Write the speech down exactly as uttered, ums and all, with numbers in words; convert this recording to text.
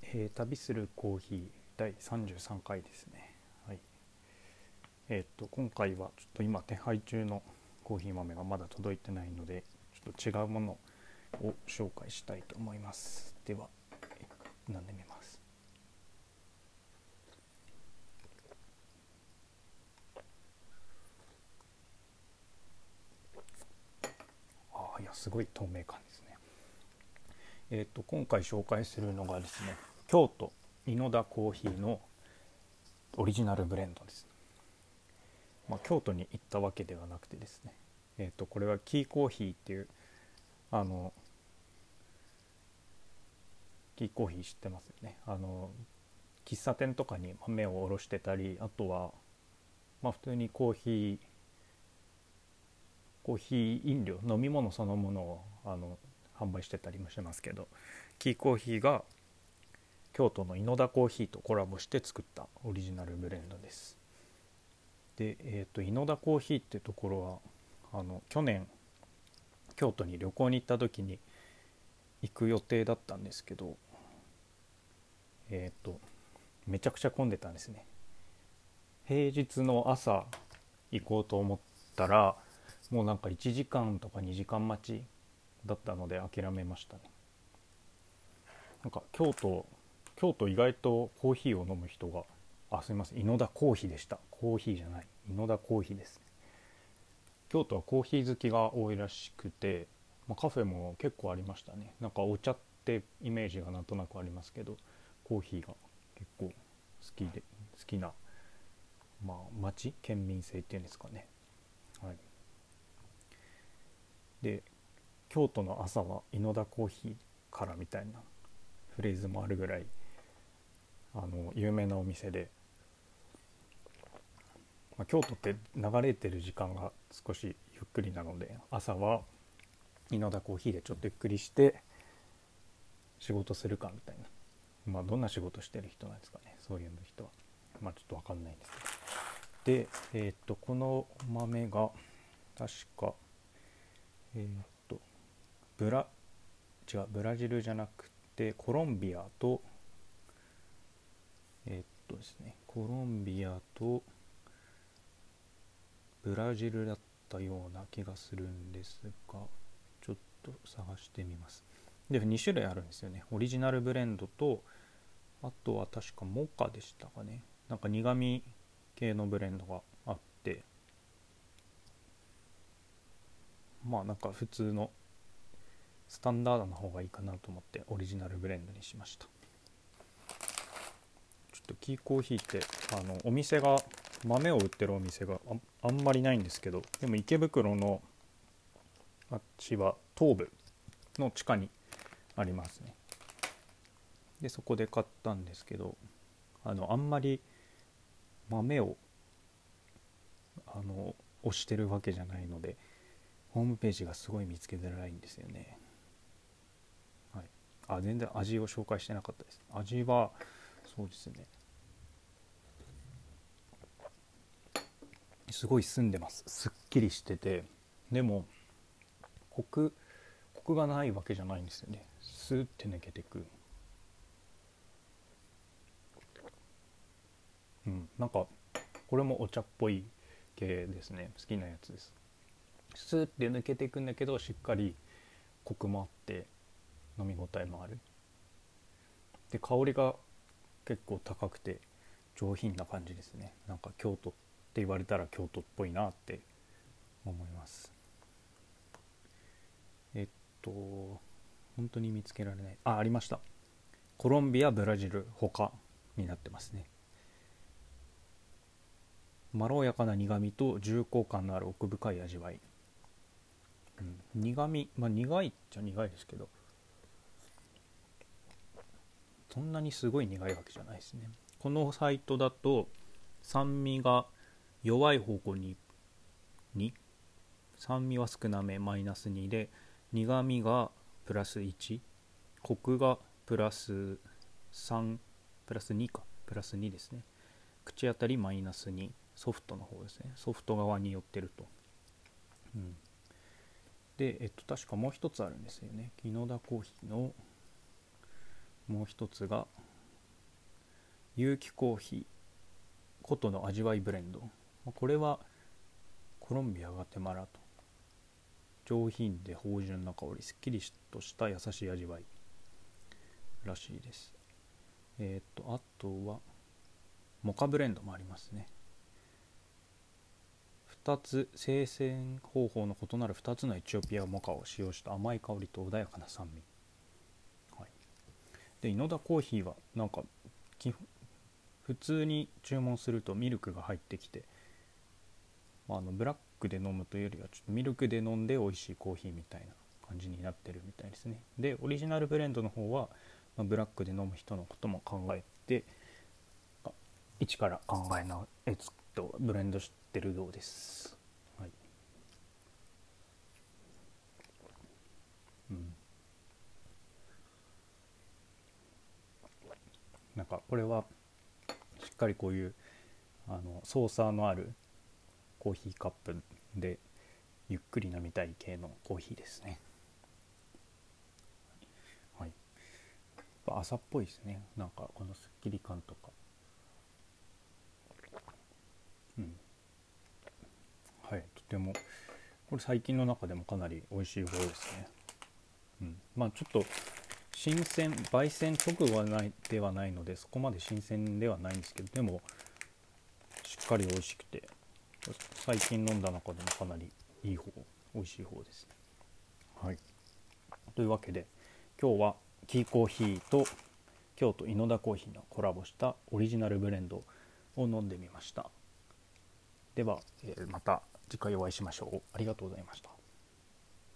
えー旅するコーヒーだいさんじゅうさんかいですね。はい。えっ、と今回はちょっと今手配中のコーヒー豆がまだ届いてないので、ちょっと違うものを紹介したいと思います。では、えー飲んでみます。ああ、いやすごい透明感ですね。えっ、と今回紹介するのがですね、京都井の田コーヒーのオリジナルブレンドです。まあ、京都に行ったわけではなくてですね、えっ、とこれはキーコーヒーっていうあのキーコーヒー知ってますよね。あの喫茶店とかに豆をおろしてたり、あとはまあ普通にコーヒーコーヒー飲料、飲み物そのものをあの販売してたりもしますけど、キーコーヒーが京都の井の田コーヒーとコラボして作ったオリジナルブレンドです。で、えーと、井の田コーヒーっていうところはあの去年京都に旅行に行った時に行く予定だったんですけど、えっ、とめちゃくちゃ混んでたんですね。平日の朝行こうと思ったら、もうなんかいちじかんとかにじかん待ちだったので諦めましたね。なんか京都京都意外とコーヒーを飲む人が、あ、すみません、井の田コーヒーでした。コーヒーじゃない、井の田コーヒーですね。京都はコーヒー好きが多いらしくて、まあ、カフェも結構ありましたね。なんかお茶ってイメージがなんとなくありますけど、コーヒーが結構好きで好きな、まあ、町県民性っていうんですかね。はい。で、京都の朝は井の田コーヒーからみたいなフレーズもあるぐらいあの有名なお店で、まあ、京都って流れてる時間が少しゆっくりなので、朝は井の田コーヒーでちょっとゆっくりして仕事するかみたいな、まあどんな仕事してる人なんですかね、そういうの人は。まあちょっと分かんないんですけど。で、えーっとこの豆が確かえーっとブラ違うブラジルじゃなくてコロンビアと、えーっとですねコロンビアとブラジルだったような気がするんですが、ちょっと探してみます。でに種類あるんですよね。オリジナルブレンドと、あとは確かモカでしたかね。なんか苦味系のブレンドがあって、まあなんか普通のスタンダードな方がいいかなと思ってオリジナルブレンドにしました。ちょっとキーコーヒーってあのお店が豆を売ってるお店が あ, あんまりないんですけど、でも池袋のあっちは東部の地下にありますね。でそこで買ったんですけど、あのあんまり豆をあの推してるわけじゃないので、ホームページがすごい見つけづらいんですよね。はい、あ、全然味を紹介してなかったです。味はそうですね、すごい澄んでます。すっきりしてて、でもコクコクがないわけじゃないんですよね。スーって抜けてく。うん、なんかこれもお茶っぽい系ですね。好きなやつです。スーって抜けていくんだけど、しっかりコクもあって飲み応えもある。で香りが結構高くて上品な感じですね。なんか京都って言われたら京都っぽいなって思います。えっと本当に見つけられない。あ、ありました。コロンビア、ブラジル、他になってますね。まろやかな苦みと重厚感のある奥深い味わい。うん、苦み、まあ苦いっちゃ苦いですけど、そんなにすごい苦いわけじゃないですね。このサイトだと酸味が弱い方向にに、酸味は少なめマイナスにで、苦味がプラスいち、コクがプラスさん、プラスにか、プラスにですね。口当たりマイナスに、ソフトの方ですね。ソフト側に寄ってると。うん、で、えっと、確かもう一つあるんですよね。木野田コーヒーのもう一つが有機コーヒー古都の味わいブレンド。これはコロンビアガテマラと上品で芳醇な香り、すっきりとした優しい味わいらしいです。えっ、ー、とあとはモカブレンドもありますね。ふたつ生鮮方法の異なるふたつのエチオピアモカを使用した甘い香りと穏やかな酸味、はい、で稲田コーヒーはなんか普通に注文するとミルクが入ってきて、まあ、あのブラックで飲むというよりはちょっとミルクで飲んで美味しいコーヒーみたいな感じになってるみたいですね。でオリジナルブレンドの方は、まあ、ブラックで飲む人のことも考えて一から考えなえつとブレンドしてるようです、はい。うん、なんかこれはしっかりこういうあのソーサーのあるコーヒーカップでゆっくり飲みたい系のコーヒーですね、はい。朝っぽいですね。なんかこのすっきり感とか、うん、はい、とてもこれ最近の中でもかなり美味しい方ですね、うん、まあちょっと新鮮焙煎直後はないではないのでそこまで新鮮ではないんですけど、でもしっかり美味しくて最近飲んだ中でもかなりいい方美味しい方ですね、はい。というわけで今日はキーコーヒーと京都稲田コーヒーのコラボしたオリジナルブレンドを飲んでみました。では、えー、また次回お会いしましょう。ありがとうございました。